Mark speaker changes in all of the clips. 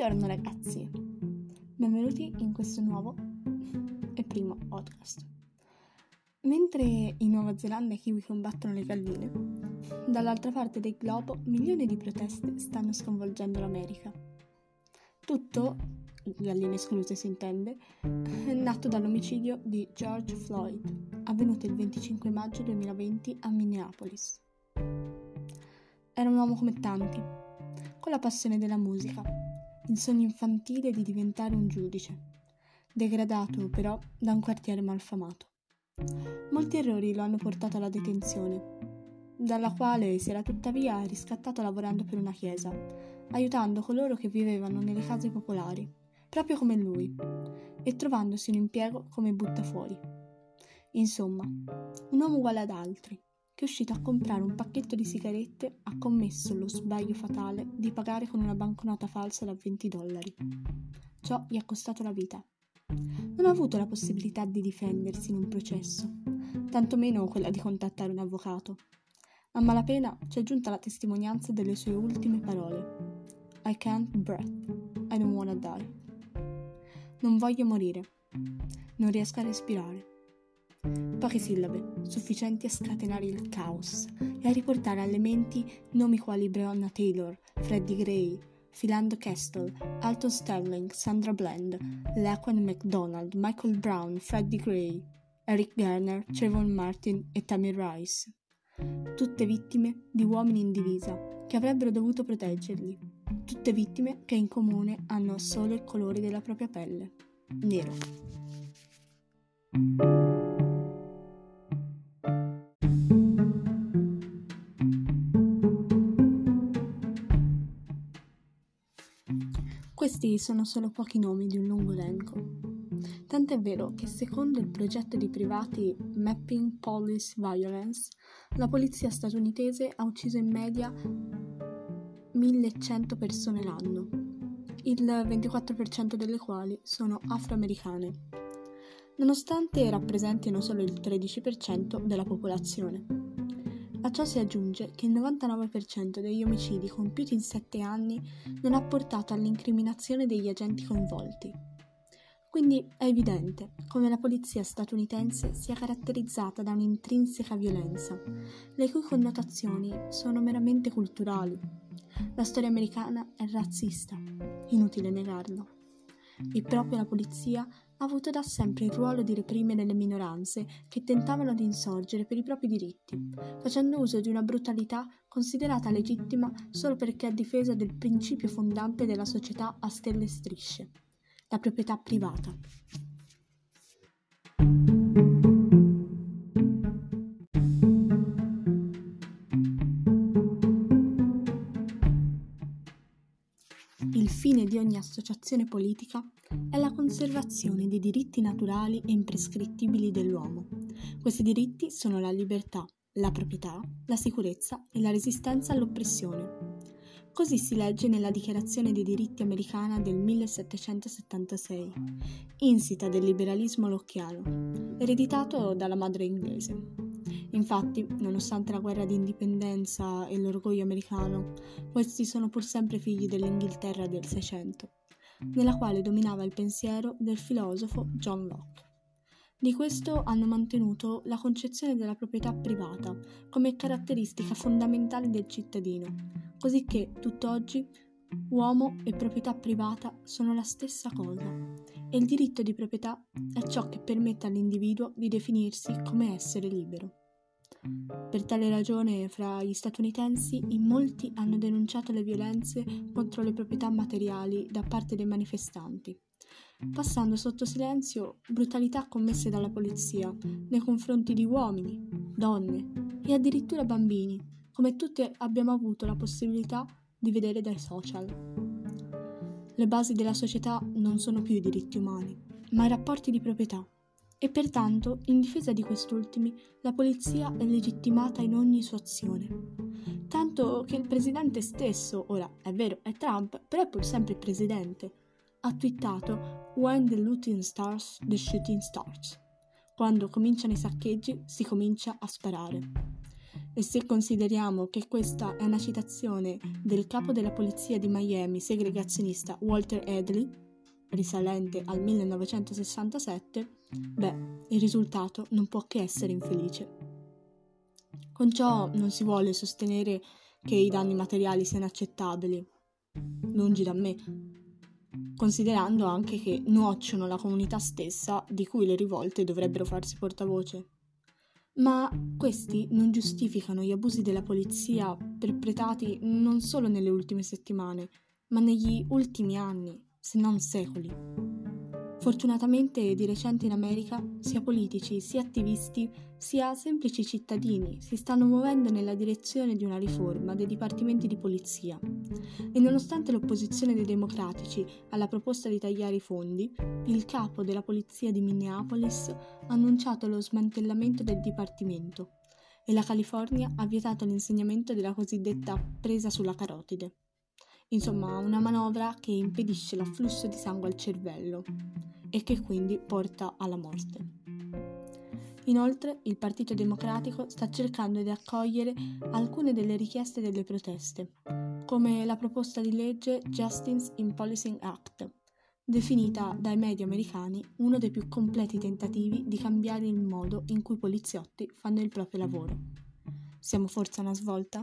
Speaker 1: Buongiorno ragazzi, benvenuti in questo nuovo e primo podcast. Mentre in Nuova Zelanda i kiwi combattono le galline, dall'altra parte del globo milioni di proteste stanno sconvolgendo l'America. Tutto, galline escluse si intende, è nato dall'omicidio di George Floyd, avvenuto il 25 maggio 2020 a Minneapolis. Era un uomo come tanti, con la passione della musica, il sogno infantile di diventare un giudice, degradato però da un quartiere malfamato. Molti errori lo hanno portato alla detenzione, dalla quale si era tuttavia riscattato lavorando per una chiesa, aiutando coloro che vivevano nelle case popolari, proprio come lui, e trovandosi un impiego come buttafuori. Insomma, un uomo uguale ad altri, che è uscito a comprare un pacchetto di sigarette ha commesso lo sbaglio fatale di pagare con una banconota falsa da $20. Ciò gli ha costato la vita. Non ha avuto la possibilità di difendersi in un processo, tantomeno quella di contattare un avvocato. A malapena ci è giunta la testimonianza delle sue ultime parole. I can't breathe, I don't wanna die. Non voglio morire, non riesco a respirare. Poche sillabe, sufficienti a scatenare il caos e a riportare alle menti nomi quali Breonna Taylor, Freddie Gray, Philando Castile, Alton Sterling, Sandra Bland, Laquan McDonald, Michael Brown, Freddie Gray, Eric Garner, Trayvon Martin e Tamir Rice. Tutte vittime di uomini in divisa che avrebbero dovuto proteggerli. Tutte vittime che in comune hanno solo il colore della propria pelle, nero. Questi sono solo pochi nomi di un lungo elenco. Tant'è vero che secondo il progetto di privati Mapping Police Violence, la polizia statunitense ha ucciso in media 1.100 persone l'anno, il 24% delle quali sono afroamericane, nonostante rappresentino solo il 13% della popolazione. A ciò si aggiunge che il 99% degli omicidi compiuti in 7 anni non ha portato all'incriminazione degli agenti coinvolti. Quindi è evidente come la polizia statunitense sia caratterizzata da un'intrinseca violenza, le cui connotazioni sono meramente culturali. La storia americana è razzista, inutile negarlo. E proprio la polizia ha avuto da sempre il ruolo di reprimere le minoranze che tentavano di insorgere per i propri diritti, facendo uso di una brutalità considerata legittima solo perché a difesa del principio fondante della società a stelle e strisce, la proprietà privata. Il fine di ogni associazione politica è la conservazione dei diritti naturali e imprescrittibili dell'uomo. Questi diritti sono la libertà, la proprietà, la sicurezza e la resistenza all'oppressione. Così si legge nella Dichiarazione dei diritti americana del 1776, insita del liberalismo lockeano, ereditato dalla madre inglese. Infatti, nonostante la guerra di indipendenza e l'orgoglio americano, questi sono pur sempre figli dell'Inghilterra del Seicento, nella quale dominava il pensiero del filosofo John Locke. Di questo hanno mantenuto la concezione della proprietà privata come caratteristica fondamentale del cittadino, così che tutt'oggi uomo e proprietà privata sono la stessa cosa, e il diritto di proprietà è ciò che permette all'individuo di definirsi come essere libero. Per tale ragione, fra gli statunitensi, in molti hanno denunciato le violenze contro le proprietà materiali da parte dei manifestanti, passando sotto silenzio brutalità commesse dalla polizia nei confronti di uomini, donne e addirittura bambini, come tutti abbiamo avuto la possibilità di vedere dai social. Le basi della società non sono più i diritti umani, ma i rapporti di proprietà. E pertanto, in difesa di quest'ultimi, la polizia è legittimata in ogni sua azione. Tanto che il presidente stesso, ora è vero è Trump, però è pur sempre il presidente, ha twittato "When the looting starts, the shooting starts". Quando cominciano i saccheggi, si comincia a sparare. E se consideriamo che questa è una citazione del capo della polizia di Miami segregazionista Walter Edley, risalente al 1967, il risultato non può che essere infelice. Con ciò non si vuole sostenere che i danni materiali siano accettabili, lungi da me, considerando anche che nuocciono la comunità stessa di cui le rivolte dovrebbero farsi portavoce. Ma questi non giustificano gli abusi della polizia perpetrati non solo nelle ultime settimane, ma negli ultimi anni, se non secoli. Fortunatamente di recente in America sia politici, sia attivisti, sia semplici cittadini si stanno muovendo nella direzione di una riforma dei dipartimenti di polizia. E nonostante l'opposizione dei democratici alla proposta di tagliare i fondi, il capo della polizia di Minneapolis ha annunciato lo smantellamento del dipartimento e la California ha vietato l'insegnamento della cosiddetta presa sulla carotide. Insomma, una manovra che impedisce l'afflusso di sangue al cervello e che quindi porta alla morte. Inoltre, il Partito Democratico sta cercando di accogliere alcune delle richieste delle proteste, come la proposta di legge Justice in Policing Act, definita dai media americani uno dei più completi tentativi di cambiare il modo in cui i poliziotti fanno il proprio lavoro. Siamo forse a una svolta?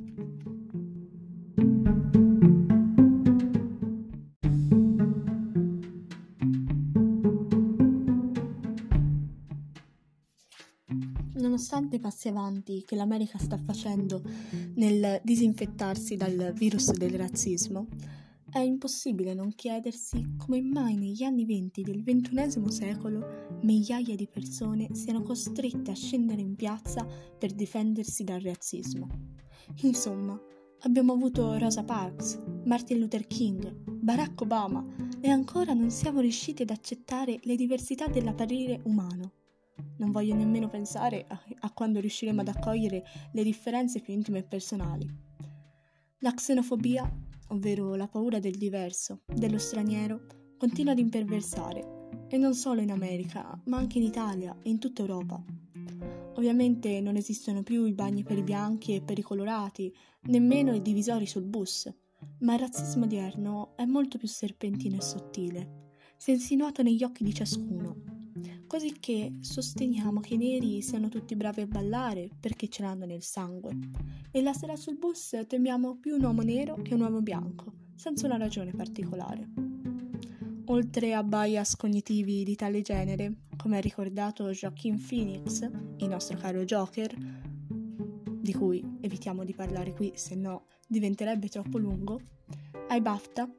Speaker 1: Nonostante i passi avanti che l'America sta facendo nel disinfettarsi dal virus del razzismo, è impossibile non chiedersi come mai negli anni 20 del XXI secolo migliaia di persone siano costrette a scendere in piazza per difendersi dal razzismo. Insomma, abbiamo avuto Rosa Parks, Martin Luther King, Barack Obama e ancora non siamo riusciti ad accettare le diversità dell'apparire umano. Non voglio nemmeno pensare a quando riusciremo ad accogliere le differenze più intime e personali. La xenofobia, ovvero la paura del diverso, dello straniero, continua ad imperversare, e non solo in America, ma anche in Italia e in tutta Europa. Ovviamente non esistono più i bagni per i bianchi e per i colorati, nemmeno i divisori sul bus, ma il razzismo odierno è molto più serpentino e sottile, si è insinuato negli occhi di ciascuno. Così che sosteniamo che i neri siano tutti bravi a ballare perché ce l'hanno nel sangue, e la sera sul bus temiamo più un uomo nero che un uomo bianco, senza una ragione particolare. Oltre a bias cognitivi di tale genere, come ha ricordato Joaquin Phoenix, il nostro caro Joker, di cui evitiamo di parlare qui, se no diventerebbe troppo lungo, ai BAFTA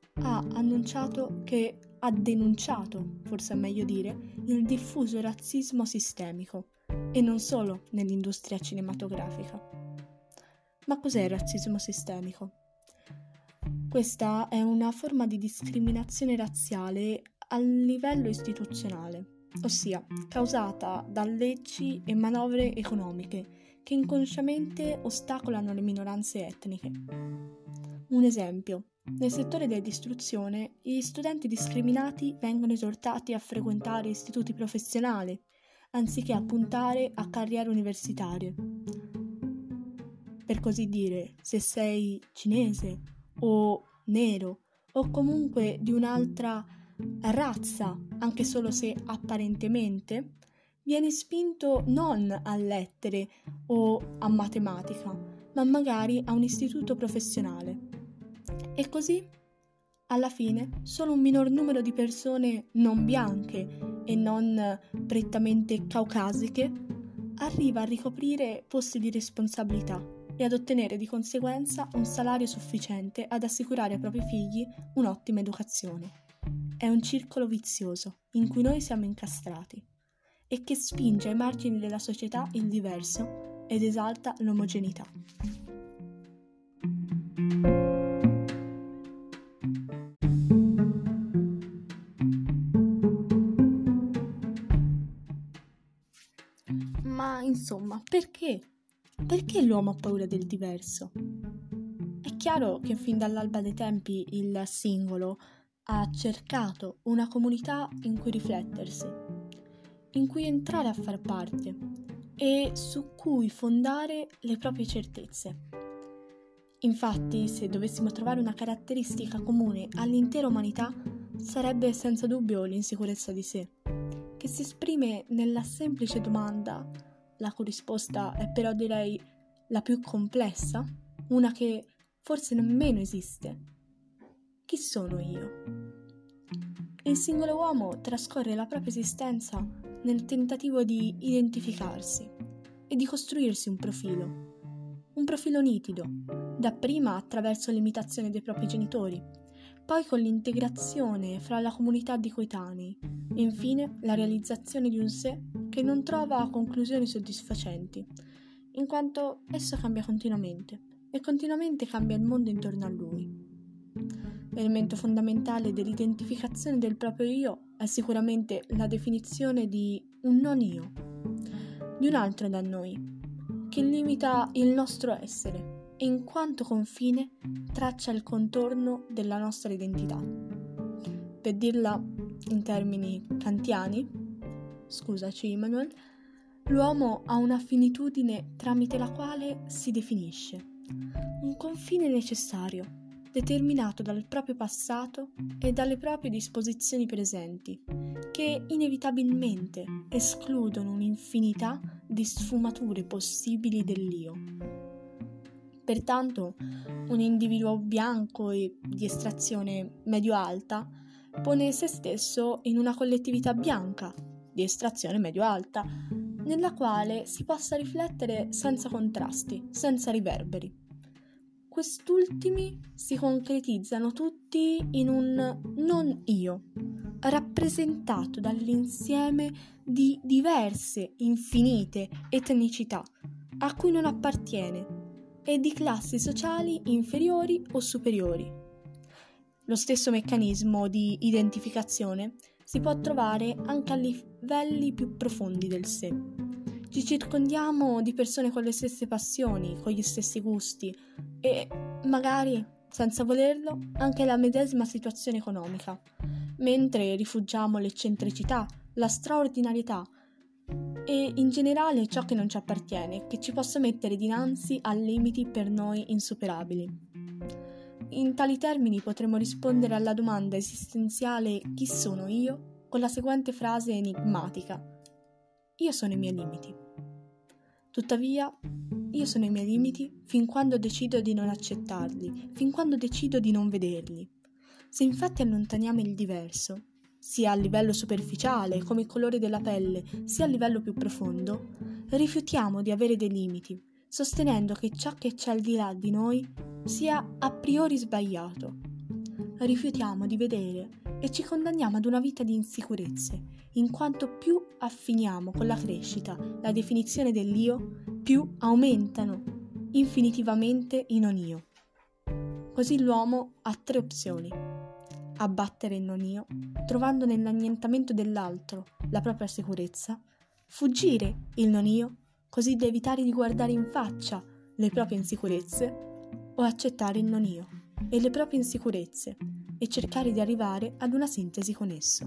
Speaker 1: ha denunciato, forse è meglio dire, il diffuso razzismo sistemico, e non solo nell'industria cinematografica. Ma cos'è il razzismo sistemico? Questa è una forma di discriminazione razziale a livello istituzionale, ossia causata da leggi e manovre economiche che inconsciamente ostacolano le minoranze etniche. Un esempio. Nel settore dell'istruzione, gli studenti discriminati vengono esortati a frequentare istituti professionali, anziché a puntare a carriere universitarie. Per così dire, se sei cinese o nero o comunque di un'altra razza, anche solo se apparentemente, vieni spinto non a lettere o a matematica, ma magari a un istituto professionale. E così, alla fine, solo un minor numero di persone non bianche e non prettamente caucasiche arriva a ricoprire posti di responsabilità e ad ottenere di conseguenza un salario sufficiente ad assicurare ai propri figli un'ottima educazione. È un circolo vizioso in cui noi siamo incastrati e che spinge ai margini della società il diverso ed esalta l'omogeneità. Ma insomma, perché? Perché l'uomo ha paura del diverso? È chiaro che fin dall'alba dei tempi il singolo ha cercato una comunità in cui riflettersi, in cui entrare a far parte, e su cui fondare le proprie certezze. Infatti, se dovessimo trovare una caratteristica comune all'intera umanità, sarebbe senza dubbio l'insicurezza di sé, che si esprime nella semplice domanda, la cui risposta è però direi la più complessa, una che forse nemmeno esiste. Chi sono io? Il singolo uomo trascorre la propria esistenza nel tentativo di identificarsi e di costruirsi un profilo nitido, dapprima attraverso l'imitazione dei propri genitori, poi con l'integrazione fra la comunità di coetanei e infine la realizzazione di un sé che non trova conclusioni soddisfacenti, in quanto esso cambia continuamente e continuamente cambia il mondo intorno a lui. L'elemento fondamentale dell'identificazione del proprio io è sicuramente la definizione di un non io, di un altro da noi, che limita il nostro essere e in quanto confine traccia il contorno della nostra identità. Per dirla in termini kantiani, scusaci Immanuel, l'uomo ha una finitudine tramite la quale si definisce, un confine necessario, determinato dal proprio passato e dalle proprie disposizioni presenti, che inevitabilmente escludono un'infinità di sfumature possibili dell'io. Pertanto, un individuo bianco e di estrazione medio-alta pone se stesso in una collettività bianca di estrazione medio-alta, nella quale si possa riflettere senza contrasti, senza riverberi. Quest'ultimi si concretizzano tutti in un non io, rappresentato dall'insieme di diverse, infinite etnicità a cui non appartiene e di classi sociali inferiori o superiori. Lo stesso meccanismo di identificazione si può trovare anche a livelli più profondi del sé. Ci circondiamo di persone con le stesse passioni, con gli stessi gusti e magari, senza volerlo, anche la medesima situazione economica, mentre rifugiamo l'eccentricità, la straordinarietà e in generale ciò che non ci appartiene, che ci possa mettere dinanzi a limiti per noi insuperabili. In tali termini potremmo rispondere alla domanda esistenziale chi sono io con la seguente frase enigmatica: io sono i miei limiti. Tuttavia, io sono i miei limiti fin quando decido di non accettarli, fin quando decido di non vederli. Se infatti allontaniamo il diverso, sia a livello superficiale, come il colore della pelle, sia a livello più profondo, rifiutiamo di avere dei limiti, sostenendo che ciò che c'è al di là di noi sia a priori sbagliato. Rifiutiamo di vedere e ci condanniamo ad una vita di insicurezze, in quanto più affiniamo con la crescita, la definizione dell'io, più aumentano infinitivamente i non io. Così l'uomo ha 3 opzioni: abbattere il non io, trovando nell'annientamento dell'altro la propria sicurezza, fuggire il non io, così da evitare di guardare in faccia le proprie insicurezze, o accettare il non io e le proprie insicurezze e cercare di arrivare ad una sintesi con esso.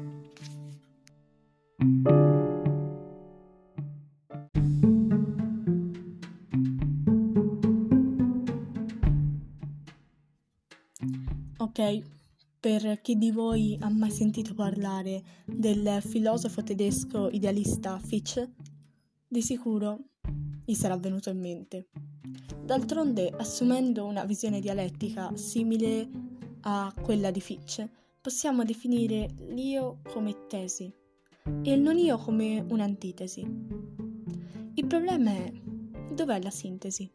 Speaker 1: Ok, per chi di voi ha mai sentito parlare del filosofo tedesco idealista Fichte, di sicuro gli sarà venuto in mente. D'altronde, assumendo una visione dialettica simile a quella di Fichte, possiamo definire l'io come tesi e il non io come un'antitesi. Il problema è: dov'è la sintesi?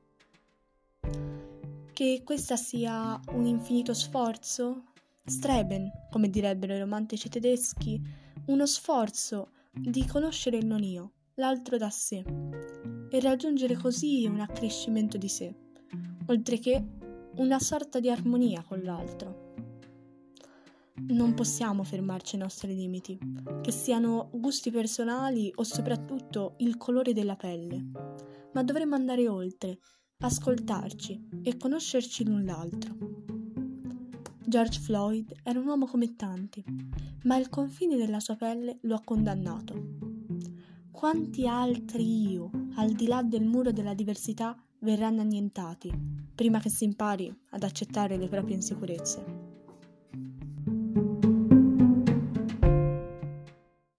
Speaker 1: Che questa sia un infinito sforzo? Streben, come direbbero i romantici tedeschi, uno sforzo di conoscere il non io, l'altro da sé, e raggiungere così un accrescimento di sé, oltre che una sorta di armonia con l'altro. Non possiamo fermarci ai nostri limiti, che siano gusti personali o soprattutto il colore della pelle, ma dovremmo andare oltre, ascoltarci e conoscerci l'un l'altro. George Floyd era un uomo come tanti, ma il confine della sua pelle lo ha condannato. quanti altri io, al di là del muro della diversità, verranno annientati, prima che si impari ad accettare le proprie insicurezze.